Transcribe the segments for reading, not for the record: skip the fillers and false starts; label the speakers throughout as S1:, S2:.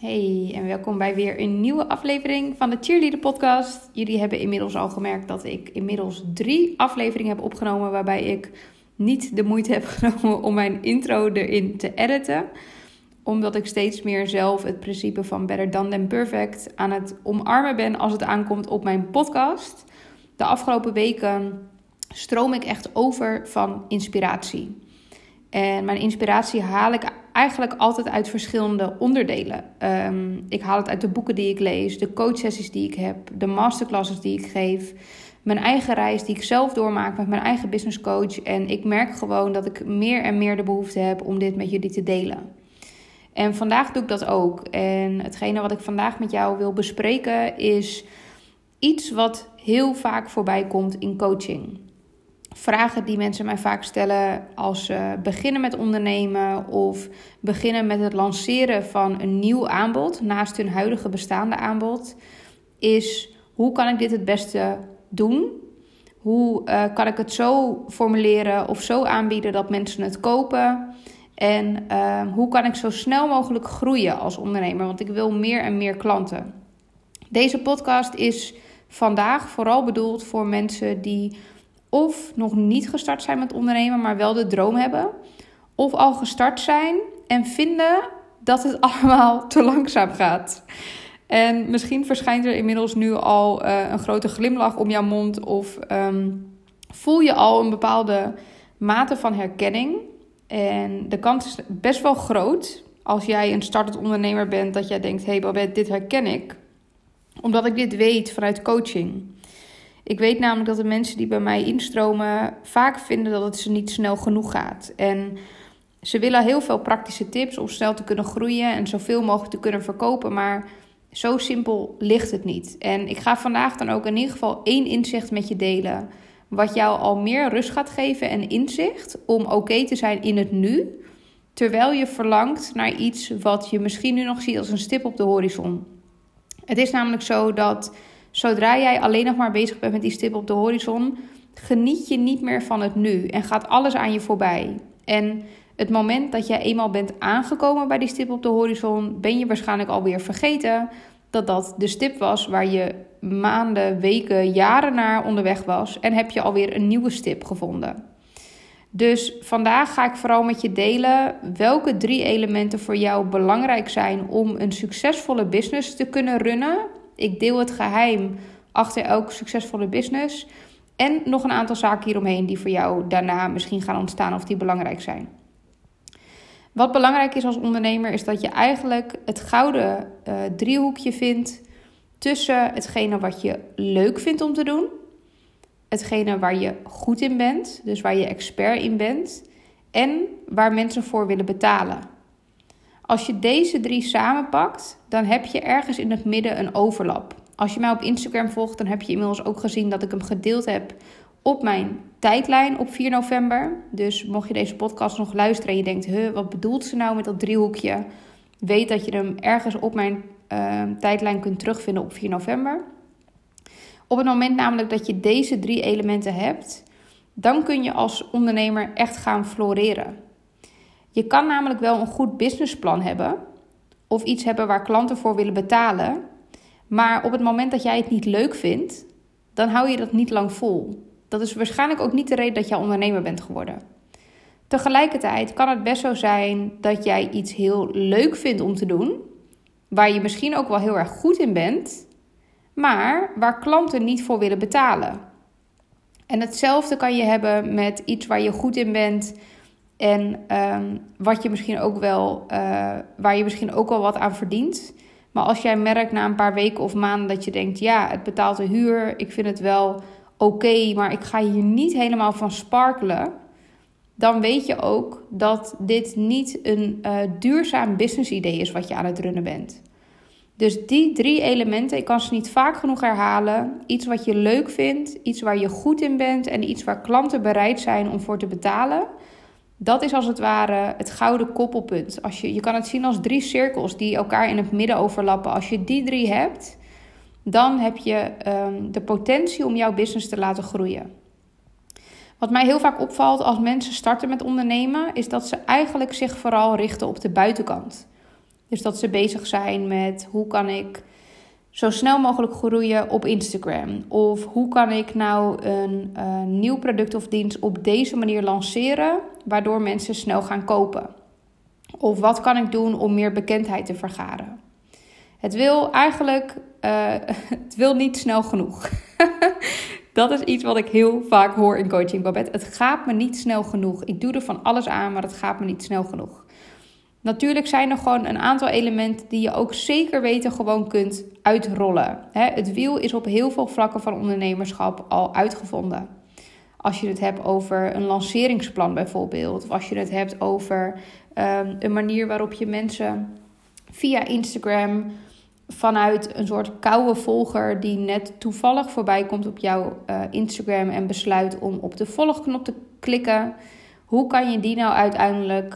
S1: Hey en welkom bij weer een nieuwe aflevering van de Cheerleader podcast. Jullie hebben inmiddels al gemerkt dat ik inmiddels 3 afleveringen heb opgenomen waarbij ik niet de moeite heb genomen om mijn intro erin te editen. Omdat ik steeds meer zelf het principe van better than perfect aan het omarmen ben als het aankomt op mijn podcast. De afgelopen weken stroom ik echt over van inspiratie. En mijn inspiratie haal ik eigenlijk altijd uit verschillende onderdelen. Ik haal het uit de boeken die ik lees, de coachsessies die ik heb, de masterclasses die ik geef, mijn eigen reis die ik zelf doormaak met mijn eigen business coach. En ik merk gewoon dat ik meer en meer de behoefte heb om dit met jullie te delen. En vandaag doe ik dat ook. En hetgene wat ik vandaag met jou wil bespreken is iets wat heel vaak voorbij komt in coaching. Vragen die mensen mij vaak stellen als ze beginnen met ondernemen of beginnen met het lanceren van een nieuw aanbod naast hun huidige bestaande aanbod, is: hoe kan ik dit het beste doen? Hoe kan ik het zo formuleren of zo aanbieden dat mensen het kopen? En hoe kan ik zo snel mogelijk groeien als ondernemer? Want ik wil meer en meer klanten. Deze podcast is vandaag vooral bedoeld voor mensen die of nog niet gestart zijn met ondernemen, maar wel de droom hebben. Of al gestart zijn en vinden dat het allemaal te langzaam gaat. En misschien verschijnt er inmiddels nu al een grote glimlach om jouw mond. Of voel je al een bepaalde mate van herkenning. En de kans is best wel groot als jij een startend ondernemer bent, dat jij denkt: hey Babette, dit herken ik. Omdat ik dit weet vanuit coaching. Ik weet namelijk dat de mensen die bij mij instromen vaak vinden dat het ze niet snel genoeg gaat. En ze willen heel veel praktische tips om snel te kunnen groeien en zoveel mogelijk te kunnen verkopen. Maar zo simpel ligt het niet. En ik ga vandaag dan ook in ieder geval 1 inzicht met je delen, wat jou al meer rust gaat geven en inzicht om oké te zijn in het nu, terwijl je verlangt naar iets wat je misschien nu nog ziet als een stip op de horizon. Het is namelijk zo dat zodra jij alleen nog maar bezig bent met die stip op de horizon, geniet je niet meer van het nu en gaat alles aan je voorbij. En het moment dat jij eenmaal bent aangekomen bij die stip op de horizon, ben je waarschijnlijk alweer vergeten dat dat de stip was waar je maanden, weken, jaren naar onderweg was. En heb je alweer een nieuwe stip gevonden. Dus vandaag ga ik vooral met je delen welke 3 elementen voor jou belangrijk zijn om een succesvolle business te kunnen runnen. Ik deel het geheim achter elke succesvolle business. En nog een aantal zaken hieromheen die voor jou daarna misschien gaan ontstaan of die belangrijk zijn. Wat belangrijk is als ondernemer is dat je eigenlijk het gouden driehoekje vindt tussen hetgene wat je leuk vindt om te doen, hetgene waar je goed in bent, dus waar je expert in bent, en waar mensen voor willen betalen. Als je deze 3 samenpakt, dan heb je ergens in het midden een overlap. Als je mij op Instagram volgt, dan heb je inmiddels ook gezien dat ik hem gedeeld heb op mijn tijdlijn op 4 november. Dus mocht je deze podcast nog luisteren en je denkt: wat bedoelt ze nou met dat driehoekje? Weet dat je hem ergens op mijn tijdlijn kunt terugvinden op 4 november. Op het moment namelijk dat je deze 3 elementen hebt, dan kun je als ondernemer echt gaan floreren. Je kan namelijk wel een goed businessplan hebben of iets hebben waar klanten voor willen betalen. Maar op het moment dat jij het niet leuk vindt, dan hou je dat niet lang vol. Dat is waarschijnlijk ook niet de reden dat jij ondernemer bent geworden. Tegelijkertijd kan het best zo zijn dat jij iets heel leuk vindt om te doen, waar je misschien ook wel heel erg goed in bent, maar waar klanten niet voor willen betalen. En hetzelfde kan je hebben met iets waar je goed in bent en wat je misschien ook wel, waar je misschien ook wel wat aan verdient. Maar als jij merkt na een paar weken of maanden dat je denkt: ja, het betaalt de huur, ik vind het wel oké, maar ik ga hier niet helemaal van sparkelen, dan weet je ook dat dit niet een duurzaam business idee is wat je aan het runnen bent. Dus die 3 elementen, ik kan ze niet vaak genoeg herhalen. Iets wat je leuk vindt, iets waar je goed in bent en iets waar klanten bereid zijn om voor te betalen. Dat is als het ware het gouden koppelpunt. Je kan het zien als 3 cirkels die elkaar in het midden overlappen. Als je die 3 hebt, dan heb je de potentie om jouw business te laten groeien. Wat mij heel vaak opvalt als mensen starten met ondernemen, is dat ze eigenlijk zich vooral richten op de buitenkant. Dus dat ze bezig zijn met hoe kan ik zo snel mogelijk groeien op Instagram? Of hoe kan ik nou een nieuw product of dienst op deze manier lanceren, waardoor mensen snel gaan kopen? Of wat kan ik doen om meer bekendheid te vergaren? Het wil eigenlijk het wil niet snel genoeg. Dat is iets wat ik heel vaak hoor in coaching, Babette. Het gaat me niet snel genoeg. Ik doe er van alles aan, maar het gaat me niet snel genoeg. Natuurlijk zijn er gewoon een aantal elementen die je ook zeker weten gewoon kunt uitrollen. Het wiel is op heel veel vlakken van ondernemerschap al uitgevonden. Als je het hebt over een lanceringsplan bijvoorbeeld. Of als je het hebt over een manier waarop je mensen via Instagram vanuit een soort koude volger die net toevallig voorbij komt op jouw Instagram en besluit om op de volgknop te klikken. Hoe kan je die nou uiteindelijk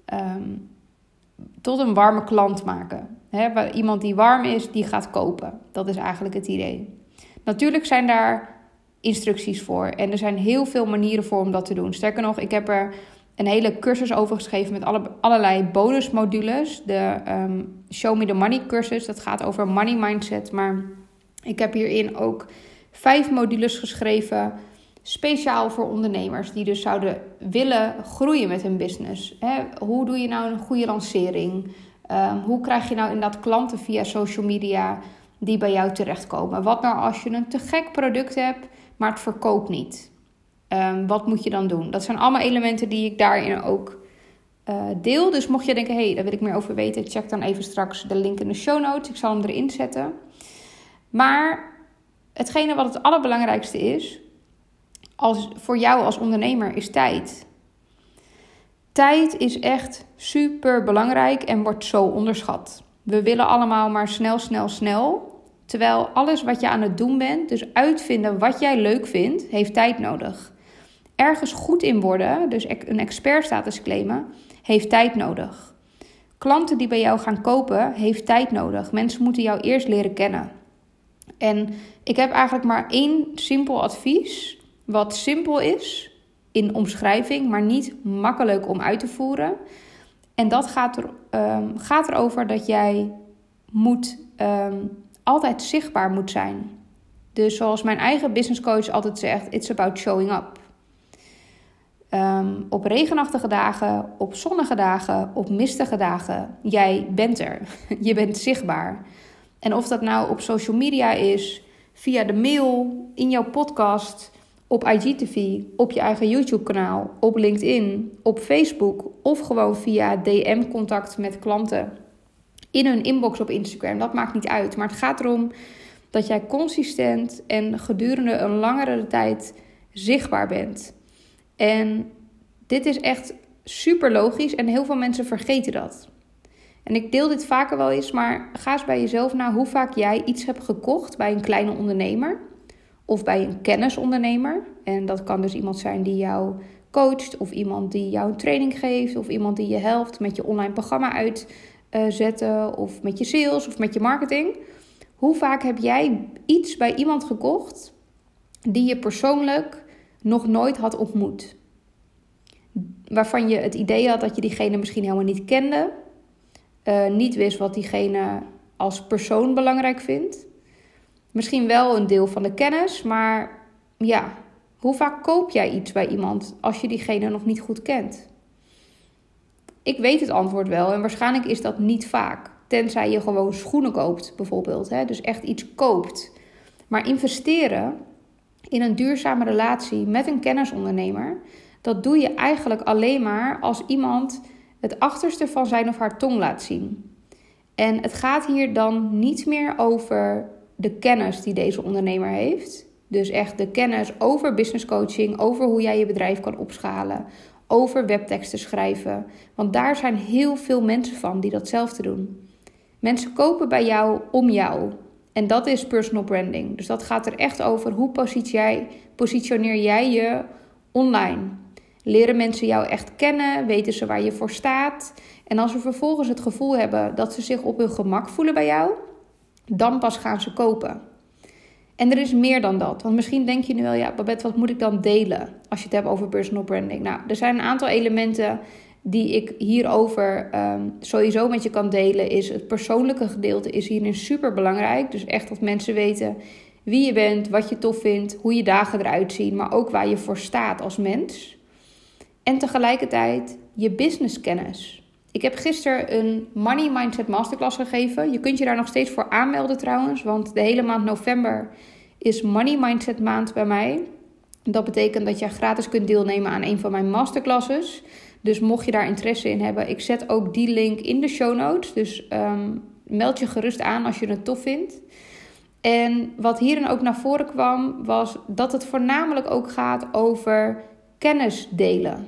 S1: tot een warme klant maken? Iemand die warm is, die gaat kopen. Dat is eigenlijk het idee. Natuurlijk zijn daar instructies voor en er zijn heel veel manieren voor om dat te doen. Sterker nog, ik heb er een hele cursus over geschreven met allerlei bonusmodules. De Show Me the Money cursus, dat gaat over money mindset. Maar ik heb hierin ook 5 modules geschreven, speciaal voor ondernemers die dus zouden willen groeien met hun business. Hoe doe je nou een goede lancering? Hoe krijg je nou inderdaad klanten via social media die bij jou terechtkomen? Wat nou als je een te gek product hebt, maar het verkoopt niet? Wat moet je dan doen? Dat zijn allemaal elementen die ik daarin ook deel. Dus mocht je denken, daar wil ik meer over weten, check dan even straks de link in de show notes. Ik zal hem erin zetten. Maar hetgene wat het allerbelangrijkste is, voor jou als ondernemer, is tijd. Tijd is echt super belangrijk en wordt zo onderschat. We willen allemaal maar snel. Terwijl alles wat je aan het doen bent, dus uitvinden wat jij leuk vindt, heeft tijd nodig. Ergens goed in worden, dus een expertstatus claimen, heeft tijd nodig. Klanten die bij jou gaan kopen, heeft tijd nodig. Mensen moeten jou eerst leren kennen. En ik heb eigenlijk maar 1 simpel advies, wat simpel is in omschrijving, maar niet makkelijk om uit te voeren. En dat gaat erover dat jij altijd zichtbaar moet zijn. Dus zoals mijn eigen business coach altijd zegt, it's about showing up. Op regenachtige dagen, op zonnige dagen, op mistige dagen, jij bent er. Je bent zichtbaar. En of dat nou op social media is, via de mail, in jouw podcast, op IGTV, op je eigen YouTube-kanaal, op LinkedIn, op Facebook of gewoon via DM-contact met klanten in hun inbox op Instagram. Dat maakt niet uit. Maar het gaat erom dat jij consistent en gedurende een langere tijd zichtbaar bent. En dit is echt super logisch en heel veel mensen vergeten dat. En ik deel dit vaker wel eens, maar ga eens bij jezelf na hoe vaak jij iets hebt gekocht bij een kleine ondernemer of bij een kennisondernemer. En dat kan dus iemand zijn die jou coacht of iemand die jou een training geeft of iemand die je helpt met je online programma uitzetten of met je sales of met je marketing. Hoe vaak heb jij iets bij iemand gekocht die je persoonlijk nog nooit had ontmoet? Waarvan je het idee had dat je diegene misschien helemaal niet kende. Niet wist wat diegene als persoon belangrijk vindt. Misschien wel een deel van de kennis, maar ja, hoe vaak koop jij iets bij iemand als je diegene nog niet goed kent? Ik weet het antwoord wel en waarschijnlijk is dat niet vaak. Tenzij je gewoon schoenen koopt bijvoorbeeld. Dus echt iets koopt. Maar investeren in een duurzame relatie met een kennisondernemer, dat doe je eigenlijk alleen maar als iemand het achterste van zijn of haar tong laat zien. En het gaat hier dan niet meer over de kennis die deze ondernemer heeft. Dus echt de kennis over business coaching, over hoe jij je bedrijf kan opschalen, over webteksten schrijven. Want daar zijn heel veel mensen van die datzelfde doen. Mensen kopen bij jou om jou. En dat is personal branding. Dus dat gaat er echt over hoe positioneer jij je online. Leren mensen jou echt kennen? Weten ze waar je voor staat? En als ze vervolgens het gevoel hebben dat ze zich op hun gemak voelen bij jou, dan pas gaan ze kopen. En er is meer dan dat. Want misschien denk je nu wel, ja, Babette, wat moet ik dan delen als je het hebt over personal branding? Nou, er zijn een aantal elementen die ik hierover sowieso met je kan delen is... het persoonlijke gedeelte is hierin super belangrijk. Dus echt dat mensen weten wie je bent, wat je tof vindt, hoe je dagen eruit zien... maar ook waar je voor staat als mens. En tegelijkertijd je businesskennis. Ik heb gisteren een Money Mindset Masterclass gegeven. Je kunt je daar nog steeds voor aanmelden trouwens. Want de hele maand november is Money Mindset maand bij mij. Dat betekent dat je gratis kunt deelnemen aan een van mijn masterclasses. Dus mocht je daar interesse in hebben, ik zet ook die link in de show notes. Dus meld je gerust aan als je het tof vindt. En wat hierin ook naar voren kwam, was dat het voornamelijk ook gaat over kennis delen.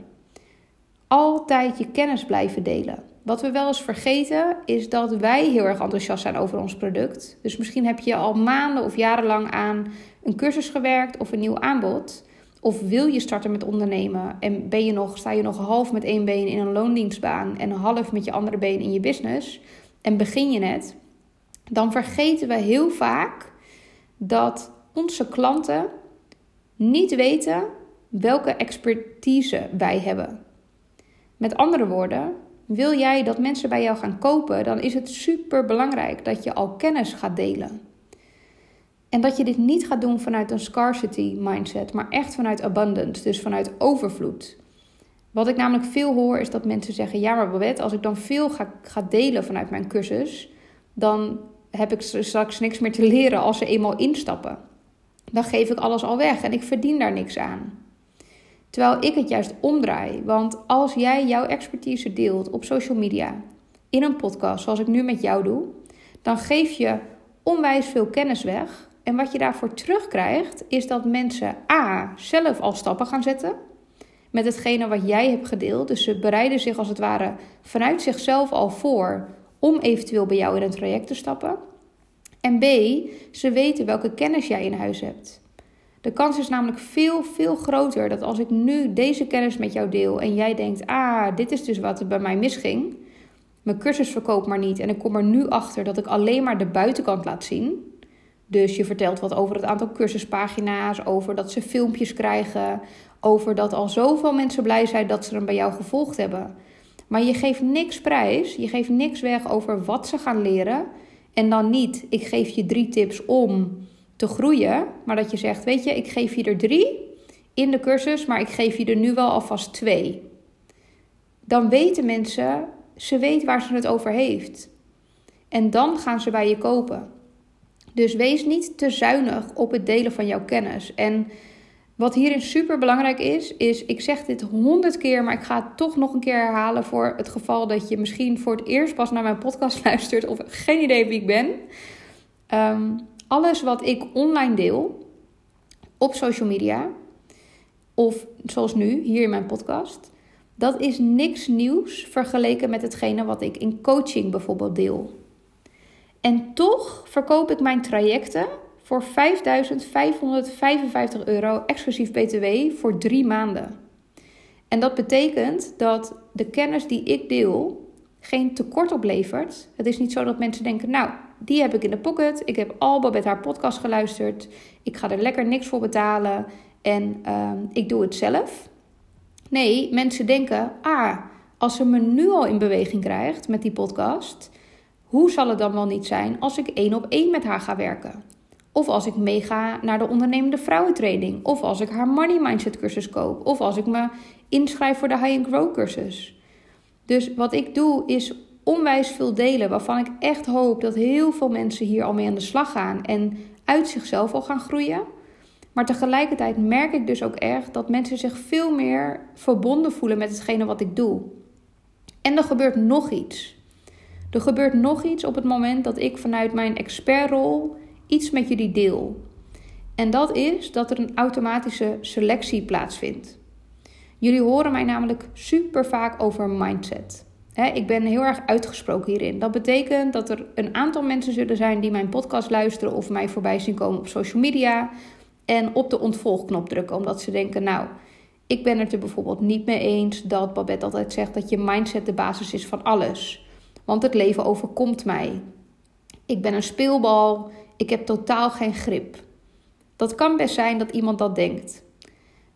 S1: Altijd je kennis blijven delen. Wat we wel eens vergeten is dat wij heel erg enthousiast zijn over ons product. Dus misschien heb je al maanden of jarenlang aan een cursus gewerkt of een nieuw aanbod. Of wil je starten met ondernemen en sta je nog half met één been in een loondienstbaan en half met je andere been in je business en begin je net. Dan vergeten we heel vaak dat onze klanten niet weten welke expertise wij hebben. Met andere woorden, wil jij dat mensen bij jou gaan kopen, dan is het super belangrijk dat je al kennis gaat delen. En dat je dit niet gaat doen vanuit een scarcity mindset, maar echt vanuit abundance, dus vanuit overvloed. Wat ik namelijk veel hoor is dat mensen zeggen, ja maar Babette, als ik dan veel ga delen vanuit mijn cursus, dan heb ik straks niks meer te leren als ze eenmaal instappen. Dan geef ik alles al weg en ik verdien daar niks aan. Terwijl ik het juist omdraai. Want als jij jouw expertise deelt op social media, in een podcast zoals ik nu met jou doe, dan geef je onwijs veel kennis weg. En wat je daarvoor terugkrijgt is dat mensen zelf al stappen gaan zetten met hetgene wat jij hebt gedeeld. Dus ze bereiden zich als het ware vanuit zichzelf al voor om eventueel bij jou in een traject te stappen. En B, ze weten welke kennis jij in huis hebt. De kans is namelijk veel, veel groter dat als ik nu deze kennis met jou deel en jij denkt, dit is dus wat er bij mij misging. Mijn cursus verkoopt maar niet en ik kom er nu achter dat ik alleen maar de buitenkant laat zien. Dus je vertelt wat over het aantal cursuspagina's, over dat ze filmpjes krijgen, over dat al zoveel mensen blij zijn dat ze hem bij jou gevolgd hebben. Maar je geeft niks prijs, je geeft niks weg over wat ze gaan leren. En dan niet, ik geef je 3 tips om te groeien, maar dat je zegt, weet je, ik geef je er 3 in de cursus, maar ik geef je er nu wel alvast 2. Dan weten mensen, ze weet waar ze het over heeft. En dan gaan ze bij je kopen. Dus wees niet te zuinig op het delen van jouw kennis. En wat hierin super belangrijk is, ik zeg dit 100 keer, maar ik ga het toch nog een keer herhalen voor het geval dat je misschien voor het eerst pas naar mijn podcast luistert of geen idee wie ik ben. Alles wat ik online deel op social media, of zoals nu, hier in mijn podcast, dat is niks nieuws vergeleken met hetgene wat ik in coaching bijvoorbeeld deel. En toch verkoop ik mijn trajecten voor €5.555 exclusief BTW voor 3 maanden. En dat betekent dat de kennis die ik deel geen tekort oplevert. Het is niet zo dat mensen denken, nou, die heb ik in de pocket. Ik heb al Babette haar podcast geluisterd. Ik ga er lekker niks voor betalen en ik doe het zelf. Nee, mensen denken, als ze me nu al in beweging krijgt met die podcast, hoe zal het dan wel niet zijn als ik 1-op-1 met haar ga werken? Of als ik meega naar de ondernemende vrouwentraining. Of als ik haar money mindset cursus koop. Of als ik me inschrijf voor de high and grow cursus. Dus wat ik doe is onwijs veel delen, waarvan ik echt hoop dat heel veel mensen hier al mee aan de slag gaan en uit zichzelf al gaan groeien. Maar tegelijkertijd merk ik dus ook echt dat mensen zich veel meer verbonden voelen met hetgene wat ik doe. En er gebeurt nog iets. Er gebeurt nog iets op het moment dat ik vanuit mijn expertrol iets met jullie deel. En dat is dat er een automatische selectie plaatsvindt. Jullie horen mij namelijk super vaak over mindset. Ik ben heel erg uitgesproken hierin. Dat betekent dat er een aantal mensen zullen zijn die mijn podcast luisteren of mij voorbij zien komen op social media en op de ontvolgknop drukken. Omdat ze denken, nou, ik ben het er bijvoorbeeld niet mee eens dat Babette altijd zegt dat je mindset de basis is van alles. Want het leven overkomt mij. Ik ben een speelbal. Ik heb totaal geen grip. Dat kan best zijn dat iemand dat denkt.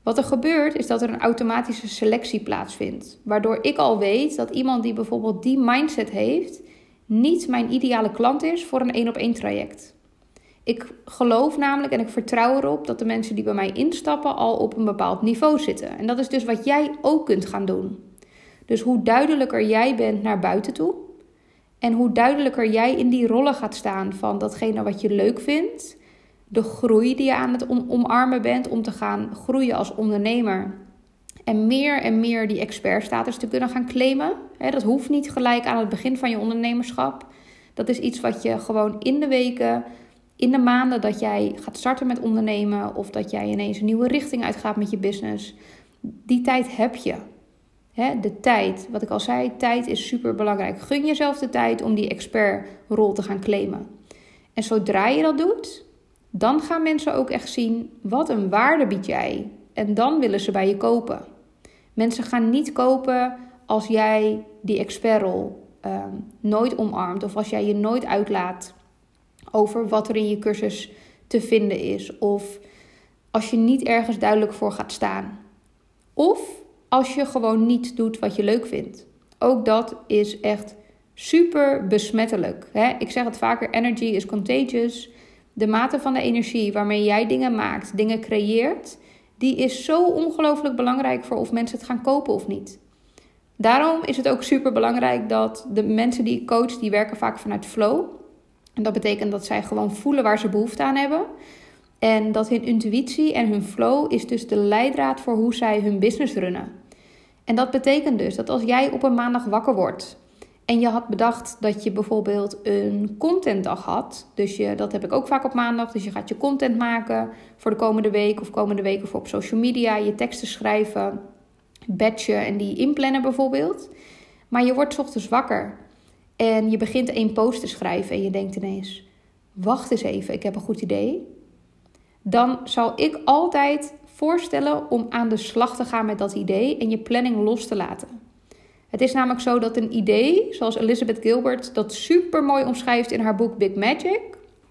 S1: Wat er gebeurt is dat er een automatische selectie plaatsvindt. Waardoor ik al weet dat iemand die bijvoorbeeld die mindset heeft, niet mijn ideale klant is voor een 1-op-1 traject. Ik geloof namelijk en ik vertrouw erop dat de mensen die bij mij instappen al op een bepaald niveau zitten. En dat is dus wat jij ook kunt gaan doen. Dus hoe duidelijker jij bent naar buiten toe en hoe duidelijker jij in die rollen gaat staan van datgene wat je leuk vindt, de groei die je aan het omarmen bent om te gaan groeien als ondernemer en meer die expertstatus te kunnen gaan claimen. Dat hoeft niet gelijk aan het begin van je ondernemerschap. Dat is iets wat je gewoon in de weken, in de maanden dat jij gaat starten met ondernemen of dat jij ineens een nieuwe richting uitgaat met je business, die tijd heb je. De tijd, wat ik al zei, tijd is super belangrijk. Gun jezelf de tijd om die expertrol te gaan claimen. En zodra je dat doet, dan gaan mensen ook echt zien wat een waarde bied jij. En dan willen ze bij je kopen. Mensen gaan niet kopen als jij die expertrol nooit omarmt of als jij je nooit uitlaat over wat er in je cursus te vinden is. Of als je niet ergens duidelijk voor gaat staan. Of als je gewoon niet doet wat je leuk vindt. Ook dat is echt super besmettelijk. Ik zeg het vaker, energy is contagious. De mate van de energie waarmee jij dingen maakt, dingen creëert, die is zo ongelooflijk belangrijk voor of mensen het gaan kopen of niet. Daarom is het ook super belangrijk dat de mensen die ik coach, die werken vaak vanuit flow. En dat betekent dat zij gewoon voelen waar ze behoefte aan hebben. En dat hun intuïtie en hun flow is dus de leidraad voor hoe zij hun business runnen. En dat betekent dus dat als jij op een maandag wakker wordt en je had bedacht dat je bijvoorbeeld een contentdag had. Dus dat heb ik ook vaak op maandag. Dus je gaat je content maken voor de komende week of komende weken voor op social media. Je teksten schrijven, batchen en die inplannen bijvoorbeeld. Maar je wordt 's ochtends wakker en je begint 1 post te schrijven en je denkt ineens, wacht eens even, ik heb een goed idee. Dan zal ik altijd voorstellen om aan de slag te gaan met dat idee en je planning los te laten. Het is namelijk zo dat een idee, zoals Elizabeth Gilbert dat super mooi omschrijft in haar boek Big Magic,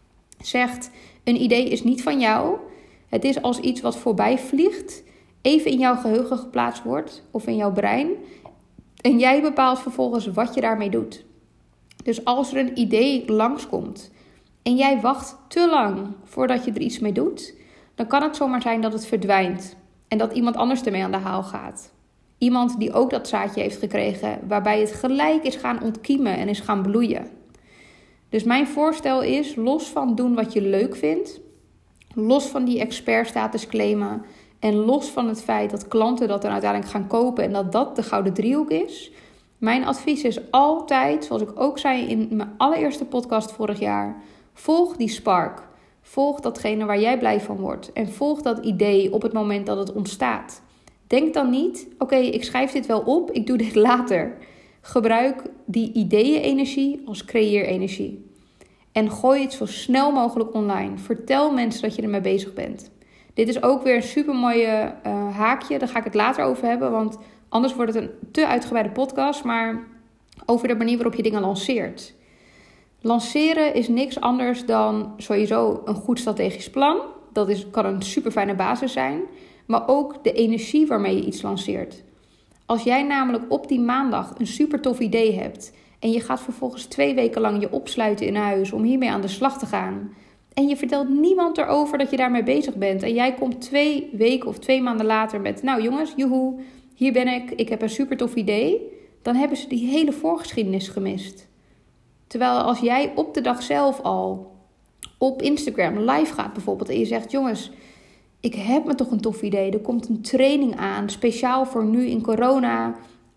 S1: zegt, een idee is niet van jou. Het is als iets wat voorbij vliegt, even in jouw geheugen geplaatst wordt of in jouw brein. En jij bepaalt vervolgens wat je daarmee doet. Dus als er een idee langskomt en jij wacht te lang voordat je er iets mee doet, dan kan het zomaar zijn dat het verdwijnt en dat iemand anders ermee aan de haal gaat. Iemand die ook dat zaadje heeft gekregen, waarbij het gelijk is gaan ontkiemen en is gaan bloeien. Dus mijn voorstel is, los van doen wat je leuk vindt, los van die expertstatus claimen en los van het feit dat klanten dat dan uiteindelijk gaan kopen en dat dat de gouden driehoek is. Mijn advies is altijd, zoals ik ook zei in mijn allereerste podcast vorig jaar, volg die spark. Volg datgene waar jij blij van wordt en volg dat idee op het moment dat het ontstaat. Denk dan niet, oké, ik schrijf dit wel op, ik doe dit later. Gebruik die ideeën-energie als creëer-energie. En gooi het zo snel mogelijk online. Vertel mensen dat je ermee bezig bent. Dit is ook weer een super mooie haakje, daar ga ik het later over hebben, want anders wordt het een te uitgebreide podcast, maar over de manier waarop je dingen lanceert. Lanceren is niks anders dan sowieso een goed strategisch plan. Dat kan een super fijne basis zijn. Maar ook de energie waarmee je iets lanceert. Als jij namelijk op die maandag een super tof idee hebt en je gaat vervolgens 2 weken lang je opsluiten in huis om hiermee aan de slag te gaan. En je vertelt niemand erover dat je daarmee bezig bent. En jij komt 2 weken of 2 maanden later met, nou jongens, joehoe, hier ben ik heb een super tof idee. Dan hebben ze die hele voorgeschiedenis gemist. Terwijl als jij op de dag zelf al op Instagram live gaat bijvoorbeeld en je zegt, jongens, ik heb me toch een tof idee. Er komt een training aan, speciaal voor nu in corona,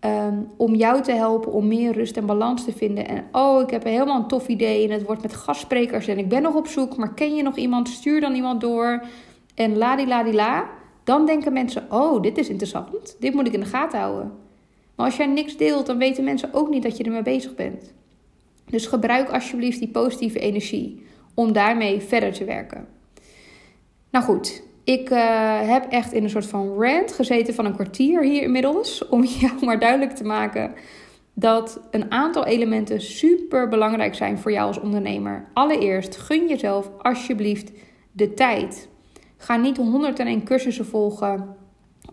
S1: om jou te helpen om meer rust en balans te vinden. En ik heb helemaal een tof idee en het wordt met gastsprekers en ik ben nog op zoek, maar ken je nog iemand? Stuur dan iemand door en ladila. Dan denken mensen, dit is interessant, dit moet ik in de gaten houden. Maar als jij niks deelt, dan weten mensen ook niet dat je ermee bezig bent. Dus gebruik alsjeblieft die positieve energie om daarmee verder te werken. Nou goed, ik heb echt in een soort van rant gezeten van een kwartier hier inmiddels. Om jou maar duidelijk te maken dat een aantal elementen super belangrijk zijn voor jou als ondernemer. Allereerst, gun jezelf alsjeblieft de tijd. Ga niet 101 cursussen volgen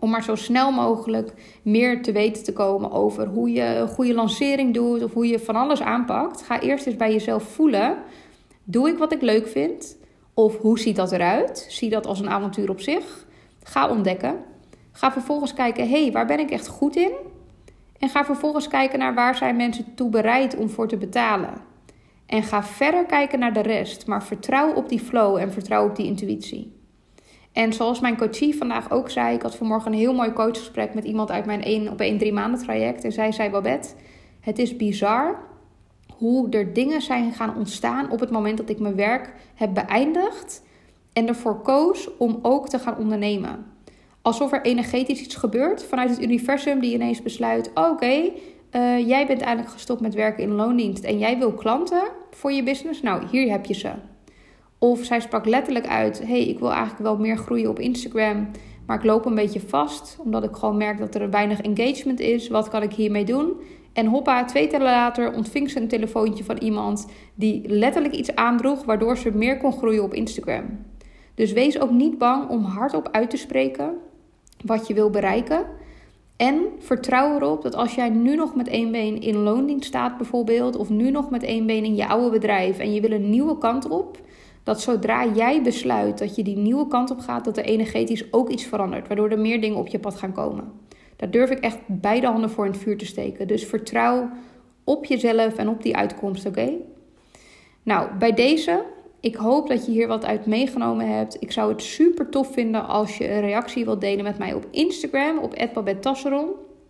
S1: om maar zo snel mogelijk meer te weten te komen over hoe je een goede lancering doet of hoe je van alles aanpakt. Ga eerst eens bij jezelf voelen. Doe ik wat ik leuk vind? Of hoe ziet dat eruit? Zie dat als een avontuur op zich. Ga ontdekken. Ga vervolgens kijken, waar ben ik echt goed in? En ga vervolgens kijken naar waar zijn mensen toe bereid om voor te betalen. En ga verder kijken naar de rest. Maar vertrouw op die flow en vertrouw op die intuïtie. En zoals mijn coachie vandaag ook zei, ik had vanmorgen een heel mooi coachgesprek met iemand uit mijn 1 op 1 3 maanden traject. En zij zei, Babette, het is bizar hoe er dingen zijn gaan ontstaan op het moment dat ik mijn werk heb beëindigd en ervoor koos om ook te gaan ondernemen. Alsof er energetisch iets gebeurt vanuit het universum die ineens besluit, oké, jij bent eindelijk gestopt met werken in loondienst en jij wil klanten voor je business. Nou, hier heb je ze. Of zij sprak letterlijk uit, ik wil eigenlijk wel meer groeien op Instagram, maar ik loop een beetje vast, omdat ik gewoon merk dat er weinig engagement is. Wat kan ik hiermee doen? En hoppa, 2 tellen later ontving ze een telefoontje van iemand die letterlijk iets aandroeg, waardoor ze meer kon groeien op Instagram. Dus wees ook niet bang om hardop uit te spreken wat je wil bereiken. En vertrouw erop dat als jij nu nog met 1 been in loondienst staat bijvoorbeeld, of nu nog met 1 been in je oude bedrijf en je wil een nieuwe kant op, dat zodra jij besluit dat je die nieuwe kant op gaat, dat er energetisch ook iets verandert, waardoor er meer dingen op je pad gaan komen. Daar durf ik echt beide handen voor in het vuur te steken. Dus vertrouw op jezelf en op die uitkomst, oké? Nou, bij deze, ik hoop dat je hier wat uit meegenomen hebt. Ik zou het super tof vinden als je een reactie wilt delen met mij op Instagram, op @babettetasseron.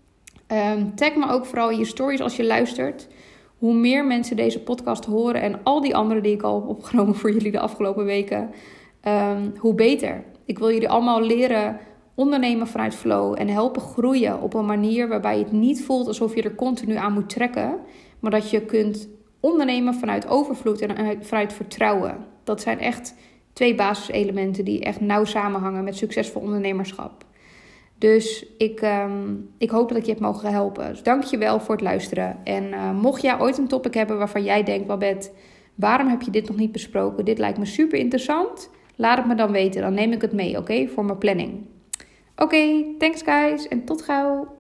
S1: Tag me ook vooral in je stories als je luistert. Hoe meer mensen deze podcast horen en al die andere die ik al heb opgenomen voor jullie de afgelopen weken, hoe beter. Ik wil jullie allemaal leren ondernemen vanuit flow en helpen groeien op een manier waarbij je het niet voelt alsof je er continu aan moet trekken, maar dat je kunt ondernemen vanuit overvloed en vanuit vertrouwen. Dat zijn echt 2 basiselementen die echt nauw samenhangen met succesvol ondernemerschap. Dus ik hoop dat ik je heb mogen helpen. Dus dank je wel voor het luisteren. En mocht jij ooit een topic hebben waarvan jij denkt, Babette, waarom heb je dit nog niet besproken? Dit lijkt me super interessant. Laat het me dan weten. Dan neem ik het mee, oké? Voor mijn planning. Oké, thanks guys en tot gauw.